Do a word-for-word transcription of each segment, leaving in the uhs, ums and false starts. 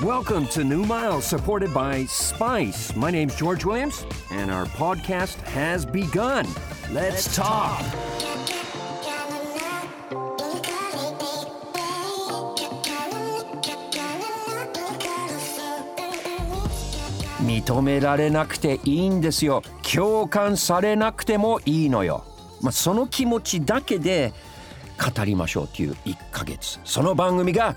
Welcome to New Miles, supported by Spice. My name's George Williams, and our podcast has begun. Let's talk. 認められなくていいんですよ。共感されなくてもいいのよ。まあ、その気持ちだけで語りましょうっていういっかげつ。その番組が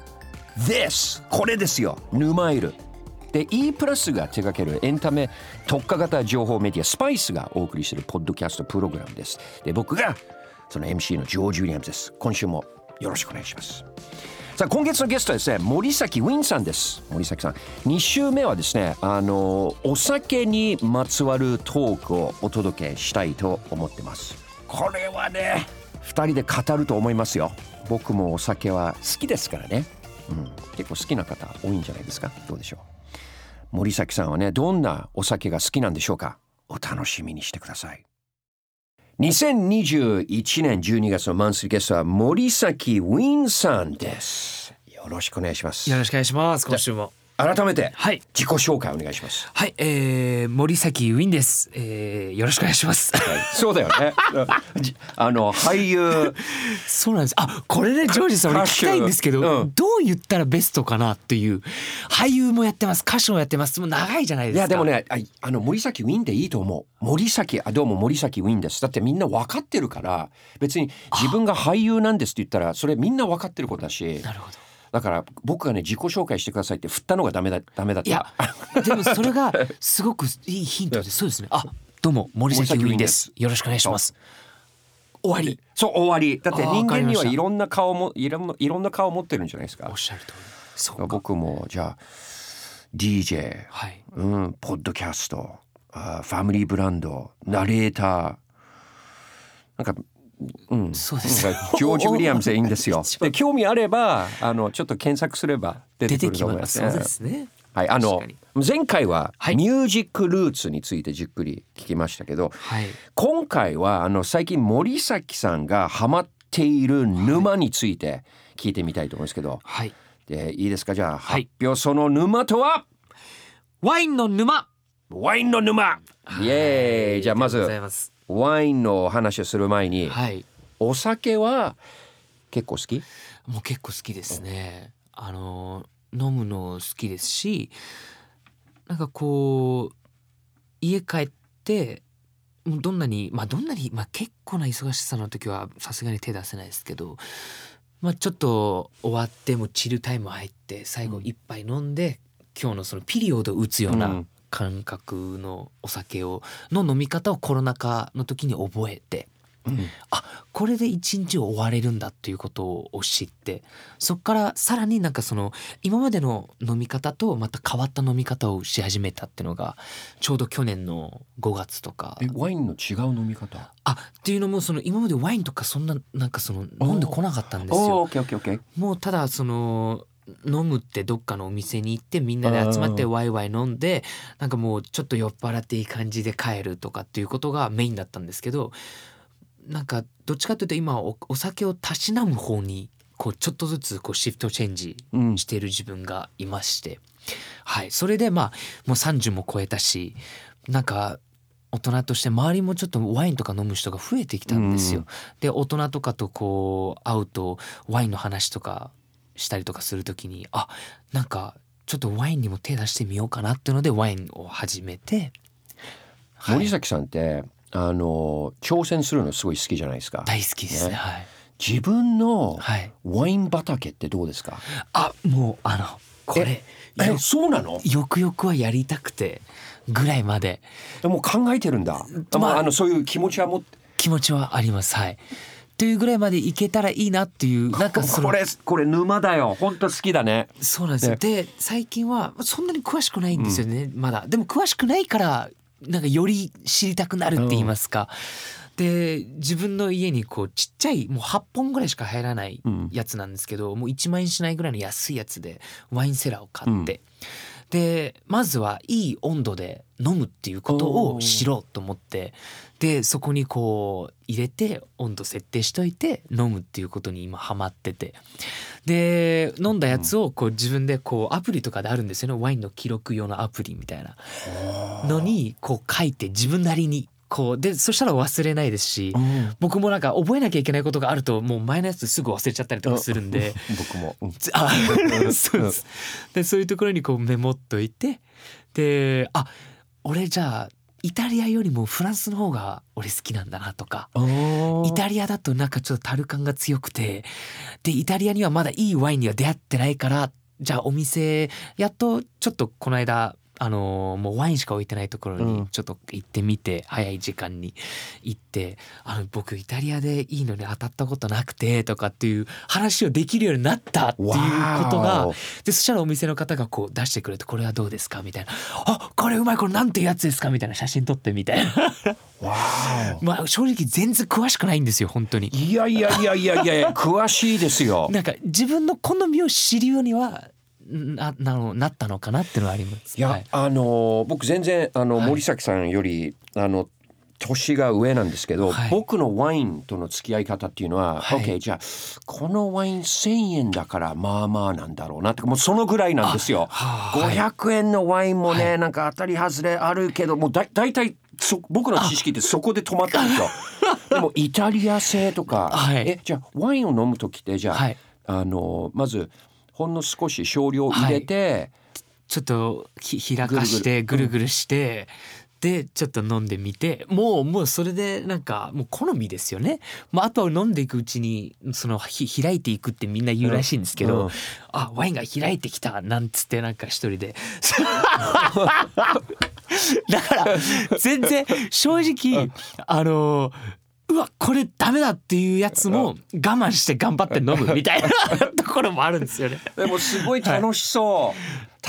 This これですよ。ヌマイルで E プラスが手掛けるエンタメ特化型情報メディアスパイスがお送りしているポッドキャストプログラムです。で僕がその エムシー のジョージ・ウィリアムズです。今週もよろしくお願いします。さあ今月のゲストはですね、森崎ウィンさんです。森崎さん、に週目はですね、あのお酒にまつわるトークをお届けしたいと思ってます。これはねふたりで語ると思いますよ。僕もお酒は好きですからね、うん、結構好きな方多いんじゃないですか。どうでしょう。森崎さんはね、どんなお酒が好きなんでしょうか。お楽しみにしてください。にせんにじゅういちねんじゅうにがつのマンスリーゲストは森崎ウィンさんです。よろしくお願いします。 よろしくお願いします。今週も改めてはい自己紹介お願いします。 はい、えー、森崎ウィンです、えー、よろしくお願いします、はい、 そうだよねあの俳優そうなんです。あ、これねジョージさん俺聞きたいんですけど、うん、どう言ったらベストかなっていう。俳優もやってます、歌手もやってます。もう長いじゃないですか。 いやでもね、あの森崎ウィンでいいと思う。森崎、あ、どうも森崎ウィンです。だってみんな分かってるから。別に自分が俳優なんですって言ったらそれみんな分かってることだし。 なるほど。 だから僕がね自己紹介してくださいって振ったのがダメだダメだった。 いやでもそれがすごくいいヒントです。そうですね。あ、どうも森崎ウィンです。よろしくお願いします。終わり。 そう終わり。だって人間にはいろんな顔もいろんないろんな顔を持ってるんじゃないですか。 おっしゃる通り。 そうか。僕もじゃあ ディージェー、 はい、 うん、ポッドキャスト、あ、ファミリーブランド、ナレーター、なんかうん、 そうです。 ジョージ・ウィリアムズでいいんですよ。で興味あればあのちょっと検索すれば出てくると思います。 出てきます。そうですね。 はい、あの前回はミュージックルーツについてじっくり聞きましたけど、はい、今回はあの最近森崎さんがハマっている沼について聞いてみたいと思うんですけど、はい、でいいですか。じゃあ発表、はい、その沼とはワインの沼。 ワインの沼、イエーイ。じゃあまずワインの話をする前に、はい、お酒は結構好き？ もう結構好きですね。あの飲むの好きですし、なんかこう家帰ってどんなにまあどんなにまあ結構な忙しさの時はさすがに手出せないですけど、まあちょっと終わってもチルタイム入って最後一杯飲んで、うん、今日のそのピリオドを打つような感覚のお酒をの飲み方をコロナ禍の時に覚えて、うん、あ、これで一日を終われるんだっていうことを知って、そっからさらになんかその今までの飲み方とまた変わった飲み方をし始めたっていうのがちょうど去年のごがつとか。 え、ワインの違う飲み方？ あ、っていうのもその今までワインとかそんななんかその飲んでこなかったんですよ。 オッケーオッケーオッケー。 もうただその飲むってどっかのお店に行ってみんなで集まってワイワイ飲んでなんかもうちょっと酔っ払っていい感じで帰るとかっていうことがメインだったんですけど、なんかどっちかというと今 お, お酒をたしなむ方にこうちょっとずつこうシフトチェンジしている自分がいまして、うん、はい、それでまあもうさんじゅうも超えたし、なんか大人として周りもちょっとワインとか飲む人が増えてきたんですよ、うん、で大人とかとこう会うとワインの話とかしたりとかするときに、あ、なんかちょっとワインにも手出してみようかなっていうのでワインを始めて、 はい、森崎さんってあの挑戦するのすごい好きじゃないですか。 大好きですね、ね、はい、 自分のワイン畑ってどうですか？はい、 あ、もうあのこれええ、そうなの？ よくよくはやりたくてぐらいまでもう考えてるんだ、まあ、あのそういう気持ちはも気持ちはあります。はい、というぐらいまでいけたらいいなっていう、なんかそのこれこれ沼だよ。本当好きだね。 そうなんですよ、ね、で最近はそんなに詳しくないんですよね、うん、まだ。でも詳しくないからなんかより知りたくなるって言いますか、うん、で自分の家にこうちっちゃいもうはっぽんぐらいしか入らないやつなんですけど、うん、もういちまん円しないぐらいの安いやつでワインセラーを買って、 でまずはいい温度で飲むっていうことを知ろうと思って、でそこにこう入れて温度設定しといて飲むっていうことに今ハマってて、で飲んだやつをこう自分でこうアプリとかであるんですよね、ワインの記録用のアプリみたいなのにこう書いて自分なりにこうで、そしたら忘れないですし、うん、僕もなんか覚えなきゃいけないことがあるともう前のやつすぐ忘れちゃったりとかするんで僕も、うん、 あそうです。でそういうところにこうメモっといて、であ俺じゃあイタリアよりもフランスの方が俺好きなんだなとか、イタリアだとなんかちょっと樽感が強くて、でイタリアにはまだいいワインには出会ってないから、じゃあお店やっとちょっとこの間あのー、もうワインしか置いてないところにちょっと行ってみて、うん、早い時間に行ってあの僕イタリアでいいのに当たったことなくてとかっていう話をできるようになったっていうことが、でそしたらお店の方がこう出してくれて、これはどうですかみたいな、あこれうまい、これなんていうやつですかみたいな、写真撮ってみたいなわまあ正直全然詳しくないんですよ本当に。 いやいやいやいやいや詳しいですよ。 なんか自分の好みを知るようにはな, な, のなったのかなっていうのはあります。 いや、 はい、 あの僕全然あの、はい、森崎さんよりあの年が上なんですけど、はい、僕のワインとの付き合い方っていうのは、はい、OK じゃあこのワインせんえんだからまあまあなんだろうなって、もうそのぐらいなんですよ。ごひゃくえんのワインもね、はい、なんか当たり外れあるけど、もうだだいたいそ僕の知識ってそこで止まったんですよでもイタリア製とか、はい、えじゃあワインを飲む時ってじゃあ、はい、あのまずほんの少し少量入れて、はい、 ちょっとひ開かしてぐるぐるして、うん、でちょっと飲んでみて、もうもうそれでなんかもう好みですよね。まあ、あとは飲んでいくうちにそのひ開いていくってみんな言うらしいんですけど、うんうん、あワインが開いてきたなんつってなんか一人でだから全然正直あのうわこれダメだっていうやつも我慢して頑張って飲むみたいなところもあるんですよね。 でもすごい楽しそう、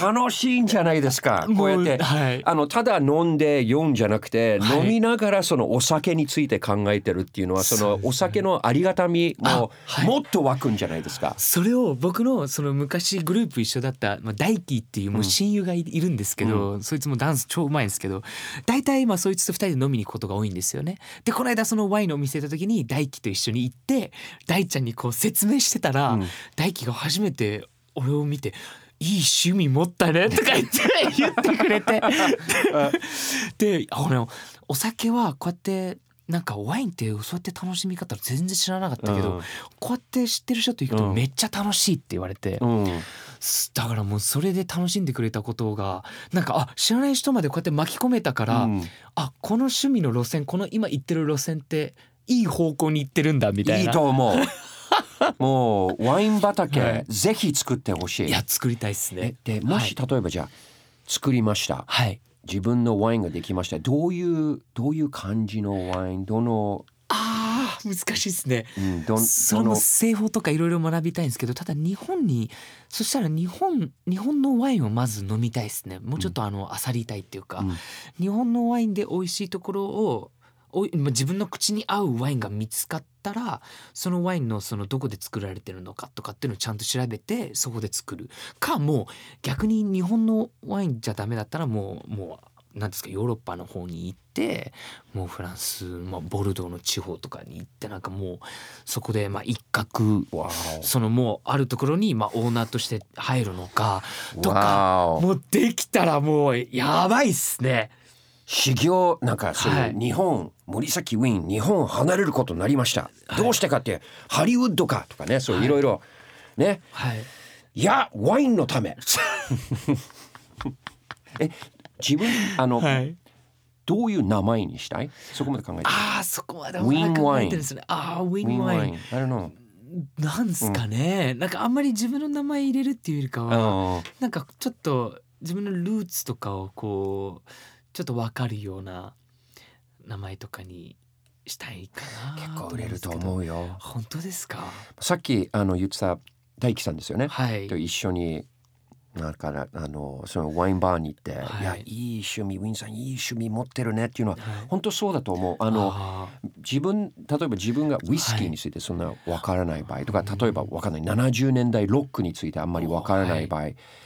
はい、楽しいんじゃないですかこうやって、はい、あのただ飲んで酔うんじゃなくて、はい、飲みながらそのお酒について考えてるっていうのは、そのお酒のありがたみももっと湧くんじゃないですか。 それを僕のその昔グループ一緒だった大輝っていうもう親友が い,、うん、いるんですけど、うん、そいつもダンス超うまいんですけど、大体まあそいつとふたりで飲みに行くことが多いんですよね。でこの間そのワインのお店行った時に大輝と一緒に行って大ちゃんにこう説明してたら、うん、大輝が初めて俺を見ていい趣味持ったねとか言って言ってくれてで俺お酒はこうやってなんかワインってそうやって楽しみ方全然知らなかったけど、うん、こうやって知ってる人と行くとめっちゃ楽しいって言われて、うん、だからもうそれで楽しんでくれたことがなんかあ知らない人までこうやって巻き込めたから、うん、あこの趣味の路線、この今行ってる路線っていい方向に行ってるんだみたいな。 いいと思うもうワイン畑、はい、ぜひ作ってほしい。 いや作りたいですね。 でもし、はい、例えばじゃあ作りました、はい、自分のワインができました。どういうどういう感じのワイン、どのあ難しいですね、うん、どその製法とかいろいろ学びたいんですけど、ただ日本にそしたら日本日本のワインをまず飲みたいですね。もうちょっとあの漁りたいっていうか、うん、日本のワインで美味しいところをお自分の口に合うワインが見つかったら、そのワインのそのどこで作られてるのかとかっていうのをちゃんと調べてそこで作るか、もう逆に日本のワインじゃダメだったらもうもうなんですかヨーロッパの方に行ってもうフランス、まあ、ボルドーの地方とかに行ってなんかもうそこでまあ一角そのもうあるところにまあオーナーとして入るのかとかもうできたらもうやばいっすね。 修行なんかそういう日本、はい、森崎ウィン日本離れることになりました、はい、どうしてかってハリウッドかとかね、そういろいろね、はい、いやワインのためえ自分あの、はい、どういう名前にしたい、そこまで考えてる。 ああそこまで考えてるんですね。ああウィンワイン I don't know なんすかね、うん、なんかあんまり自分の名前入れるっていうよりかはなんかちょっと自分のルーツとかをこうちょっと分かるような名前とかにしたいかな。 結構売れると思うよ。 本当ですか。 さっきあの言ってた大輝さんですよね、 はい、 と一緒にだからあのそのワインバーに行って、はい、いやいい趣味ウィンさんいい趣味持ってるねっていうのは、はい、本当そうだと思う。あのあ自分例えば自分がウイスキーについてそんな分からない場合とか、はい、例えば分からないななじゅうねんだいロックについてあんまり分からない場合、はい、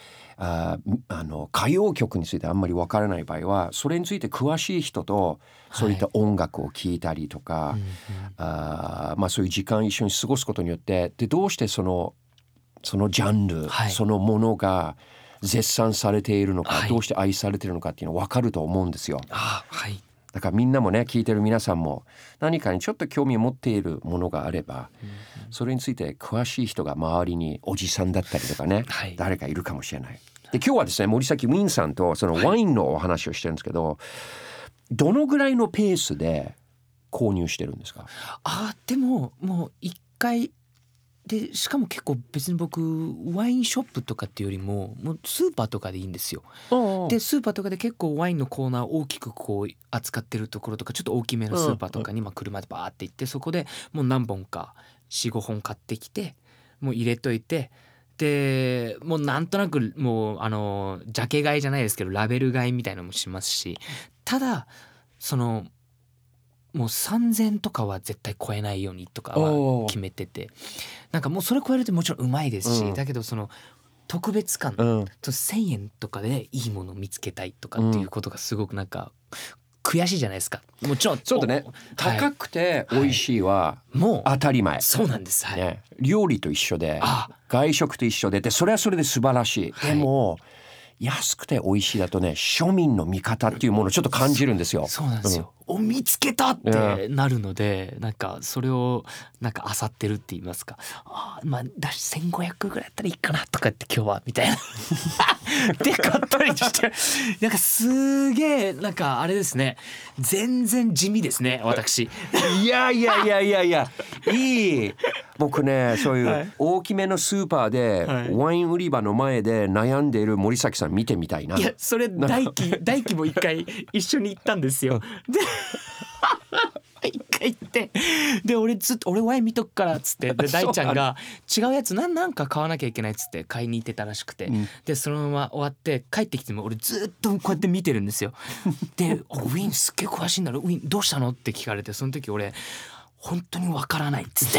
ああの歌謡曲についてあんまりわからない場合はそれについて詳しい人とそういった音楽を聴いたりとか、はい、あまあ、そういう時間一緒に過ごすことによってでどうしてそのそのジャンル、はい、そのものが絶賛されているのか、はい、どうして愛されているのかっていうの分かると思うんですよ。 あ、はい、 だからみんなもね聞いてる皆さんも何かにちょっと興味を持っているものがあれば、うんうん、それについて詳しい人が周りにおじさんだったりとかね、はい、誰かいるかもしれない。で今日はですね森崎ウィンさんとそのワインのお話をしてるんですけど、はい、どのぐらいのペースで購入してるんですか？ あでももう一回でしかも結構別に僕ワインショップとかっていうよりももうスーパーとかでいいんですよ。でスーパーとかで結構ワインのコーナー大きくこう扱ってるところとかちょっと大きめのスーパーとかにまあ車でバーって行ってそこでもう何本か よん,ご 本買ってきてもう入れといてでもうなんとなくもうあのジャケ買いじゃないですけどラベル買いみたいなのもしますし、ただそのもうさんぜんとかは絶対超えないようにとかは決めてて、なんかもうそれ超えるともちろんうまいですし、うん、だけどその特別感とせんえんとかでいいものを見つけたいとかっていうことがすごくなんか悔しいじゃないですか。もちろんそうだね、はい、高くて美味しいはもう当たり前、 そうなんです、はい、 ね、料理と一緒で外食と一緒ででそれはそれで素晴らしい、はい、でも安くて美味しいだとね庶民の味方っていうものをちょっと感じるんですよ。 そうなんですよ、うん、お見つけたってなるので、なんかそれをなんか漁ってるって言いますか、あまあだしせんごひゃくぐらいやったらいいかなとかって今日はみたいなで買ったりしてなんかすげえなんかあれですね、全然地味ですね私いやいやいやいやいやいい僕ねそういう大きめのスーパーでワイン売り場の前で悩んでいる森崎さん見てみたいな。 いやそれ大輝大輝も一回一緒に行ったんですよで一回行ってで俺ずっと俺ワイン見とくからっつってで大ちゃんが違うやつなんなんか買わなきゃいけないっつって買いに行ってたらしくて、うん、でそのまま終わって帰ってきても俺ずっとこうやって見てるんですよでウィンすっげえ詳しいんだろウィンどうしたのって聞かれてその時俺本当にわからないっつって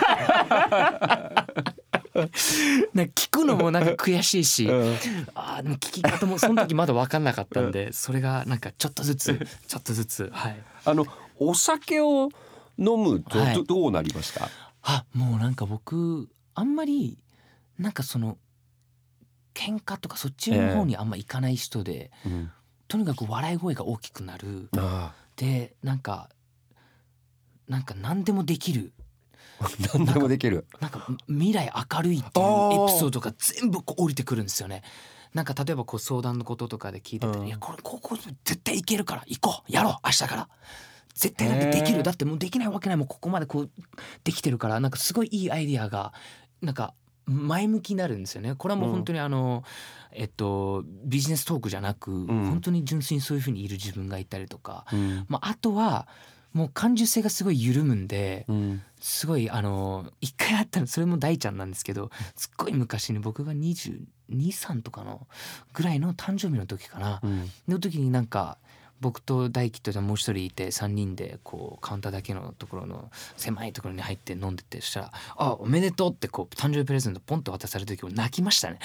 なんか聞くのもなんか悔しいし、うん、あでも聞き方もその時まだ分かんなかったんでそれがなんかちょっとずつちょっとずつ、はい、 あのお酒を飲むと、はい、どうなりますか？ あもうなんか僕あんまりなんかその喧嘩とかそっちの方にあんまいかない人で、えーうん、とにかく笑い声が大きくなるでなんかなんか何でもできる何でもできるなんか未来明るいっていうエピソードが全部こう降りてくるんですよね。なんか例えばこう相談のこととかで聞いてて、うん、いやこれここ絶対いけるから行こうやろう明日から絶対なんてできるだってもうできないわけないもうここまでこうできてるからなんかすごいいいアイディアがなんか前向きになるんですよね。これはもう本当にあの、うん、えっとビジネストークじゃなく、うん、本当に純粋にそういう風にいる自分がいたりとか、うんまあ、あとはもう感受性がすごい緩むんで、うん、すごいあの一回あったのそれも大ちゃんなんですけどすっごい昔に僕がにじゅうに、さんとかのぐらいの誕生日の時かな、うん、の時になんか僕と大輝ともう一人いてさんにんでこうカウンターだけのところの狭いところに入って飲んでてそしたら「あおめでとう」ってこう誕生日プレゼントポンと渡された時俺泣きましたね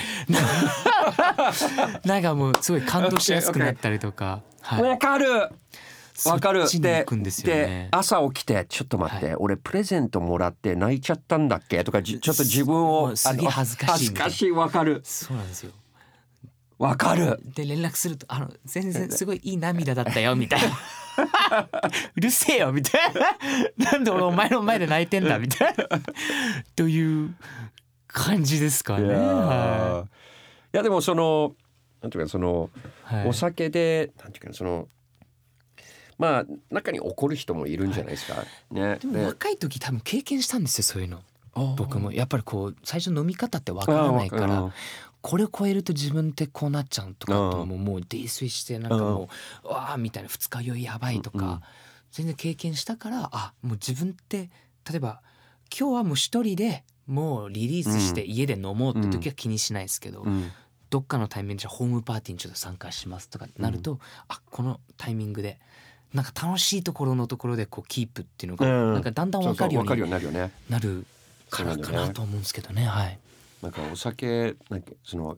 なんかもうすごい感動しやすくなったりとか、 はい、わかるわかるで, で朝起きてちょっと待って、はい、俺プレゼントもらって泣いちゃったんだっけとかちょっと自分をすげえ恥ずかしい恥ずかしいわかるそうなんですよわかるで連絡するとあの全然すごいいい涙だったよみたいなうるせえよみたいななんで俺お前の前で泣いてんだみたいなという感じですかね。いや、 はい、いやでもそのなんていうかその、はい、お酒でなんていうかそのまあ中に怒る人もいるんじゃないですか、はいね、 でも若い時多分経験したんですよそういうの。僕もやっぱりこう最初飲み方って分からないからこれを超えると自分ってこうなっちゃうとかってももう泥酔してなんかもうわーみたいな二日酔いやばいとか全然経験したからあもう自分って例えば今日はもう一人でもうリリースして家で飲もうって時は気にしないですけど、どっかのタイミングでホームパーティーにちょっと参加しますとかなると、あこのタイミングでなんか楽しいところのところでこうキープっていうのがなんかだんだん分かるようになるからかなと思うんですけどね。はい。 なんかお酒なんかその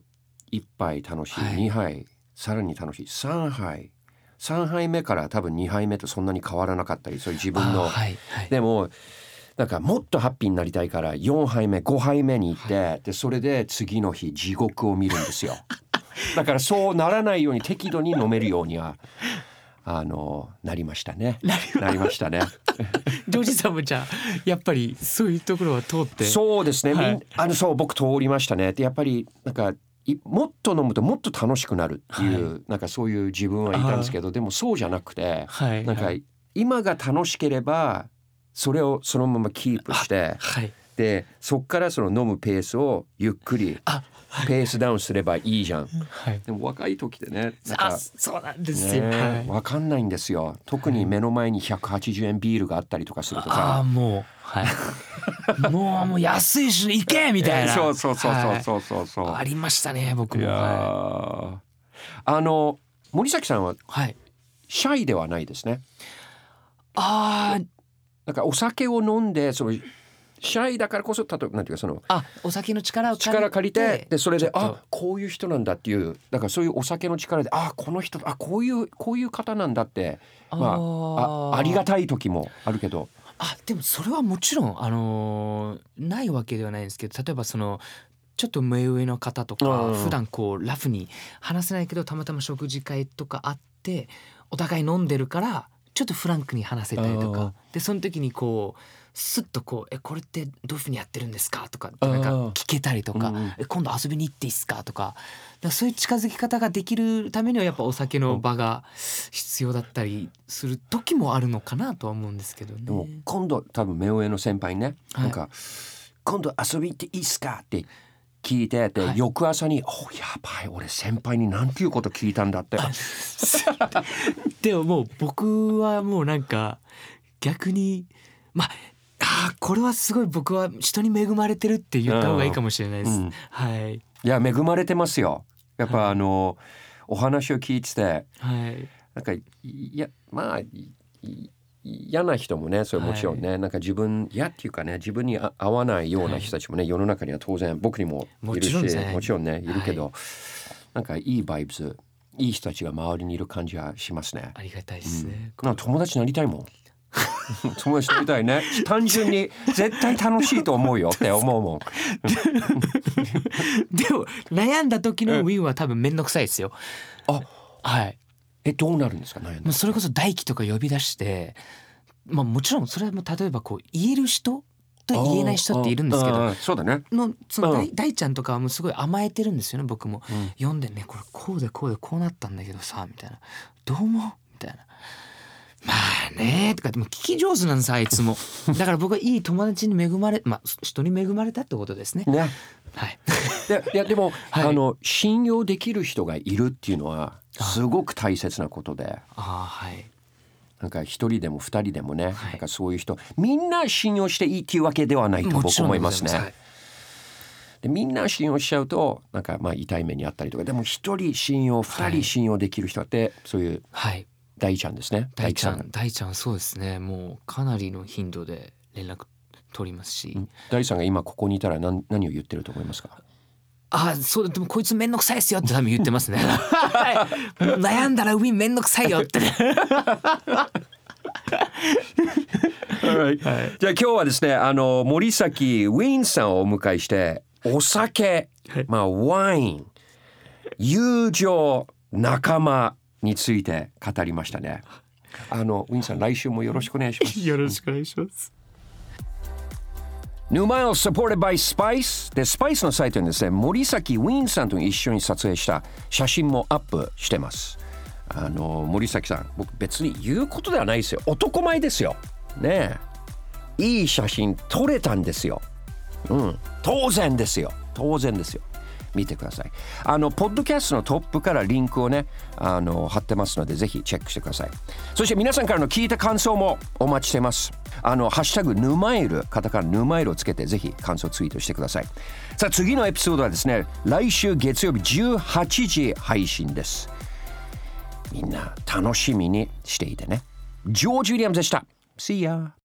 いっぱい楽しい、 はい、 にはいさらに楽しい、さんはいさんはいめから多分にはいめとそんなに変わらなかったり、そういう自分の、 はいはい、 でもなんかもっとハッピーになりたいからよんはいめごはいめに行って、はい、でそれで次の日地獄を見るんですよだからそうならないように適度に飲めるようにはあのなりましたねなりましたねジョージさんもじゃあやっぱりそういうところは通って。 そうですね、はい、あのそう僕通りましたね。でやっぱりなんかもっと飲むともっと楽しくなるっていう、はい、なんかそういう自分はいたんですけど、でもそうじゃなくて、はい、なんか今が楽しければそれをそのままキープして、はい、でそっからその飲むペースをゆっくりペースダウンすればいいじゃん、はい、でも若い時でねなんかあそうなんですよ、 ね、 はい、 分かんないんですよ。特に目の前にひゃくはちじゅうえんビールがあったりとかするとさ、 あもう、はい、もうもう安いし行けみたいな、 そうそうそうそうそうそう、はい、 ありましたね僕も。いや、 はい、あの森崎さんはシャイではないですね。 ああ、 なんかお酒を飲んでそのシャイだからこそ例えばなんていうかそのあお酒の力を借りて力借りてでそれであこういう人なんだっていうだからそういうお酒の力であこの人あこういうこういう方なんだってまあ あ, ありがたい時もあるけど、 あでもそれはもちろんあのー、ないわけではないんですけど、例えばそのちょっと目上の方とか、うん、普段こうラフに話せないけどたまたま食事会とかあってお互い飲んでるからちょっとフランクに話せたりとかで、その時にこうスッとこうえこれってどういう風にやってるんですかとかなんか聞けたりとか、え今度遊びに行っていいっすかとか、だからそういう近づき方ができるためにはやっぱお酒の場が必要だったりする時もあるのかなとは思うんですけどね。 でも今度多分目上の先輩にね、はい、なんか今度遊び行っていいっすかって聞いてて、はい、翌朝におやばい俺先輩になんていうこと聞いたんだってでももう僕はもうなんか逆にまああこれはすごい僕は人に恵まれてるって言った方がいいかもしれないです、うん、はい。いや恵まれてますよやっぱ、はい、あのお話を聞いてて、はい、なんかいやまあ嫌な人もねそれもちろんね、はい、なんか自分嫌っていうかね自分に合わないような人たちもね、はい、世の中には当然僕にもいるしもちろん、ね、もちろんねいるけど、はい、なんかいいバイブスいい人たちが周りにいる感じはしますね。 ありがたいですね、 うん、なんか友達になりたいもん友達になりたいね単純に絶対楽しいと思うよって思うもんでも悩んだ時のウィンは多分めんどくさいですよ。 あはいえどうなるんですか悩んだ。 それこそ大輝とか呼び出して、まあ、もちろんそれも例えばこう言える人と言えない人っているんですけど、 そうだねのその 大, 大ちゃんとかはもうすごい甘えてるんですよね僕も、うん、読んでねこれこうでこうでこうなったんだけどさみたいなどう思うみたいなまあねとかでも聞き上手なんですあいつもだから僕はいい友達に恵まれまあ人に恵まれたってことですね。ねはい、 で, いやでも、はい、あの信用できる人がいるっていうのはすごく大切なことで、 あ、はい、 なんか一人でも二人でもね、はい、なんかそういう人みんな信用していいっていうわけではないと僕思いますね。はい、でみんな信用しちゃうとなんかまあ痛い目にあったりとか、でも一人信用二人信用できる人って、はい、そういう大ちゃんですね。 大ちゃん大ちゃんそうですね。もうかなりの頻度で連絡取りますし、うん、 大さんが今ここにいたら 何, 何を言ってると思いますか。 あそうでもこいつめんどくさいっすよって多分言ってますね悩んだらウィンめんどくさいよって right. はい、じゃあ今日はですねあの森崎ウィンさんをお迎えしてお酒、はい、まあワイン友情仲間について語りましたね。あのウィンさん来週もよろしくお願いしますよろしくお願いします。 New Mile supported by Spice で Spice のサイトにですね森崎ウィンさんと一緒に撮影した写真もアップしてます。あの森崎さん僕別に言うことではないですよ。男前ですよねえいい写真撮れたんですよ。うん当然ですよ当然ですよ。見てください。あのポッドキャストのトップからリンクをねあの貼ってますのでぜひチェックしてください。そして皆さんからの聞いた感想もお待ちしてます。あのハッシュタグヌマイルカタカナヌマイルをつけてぜひ感想ツイートしてください。さあ次のエピソードはですね来週月曜日じゅうはちじ配信です。みんな楽しみにしていてね。ジョージ・ウィリアムズでした。See ya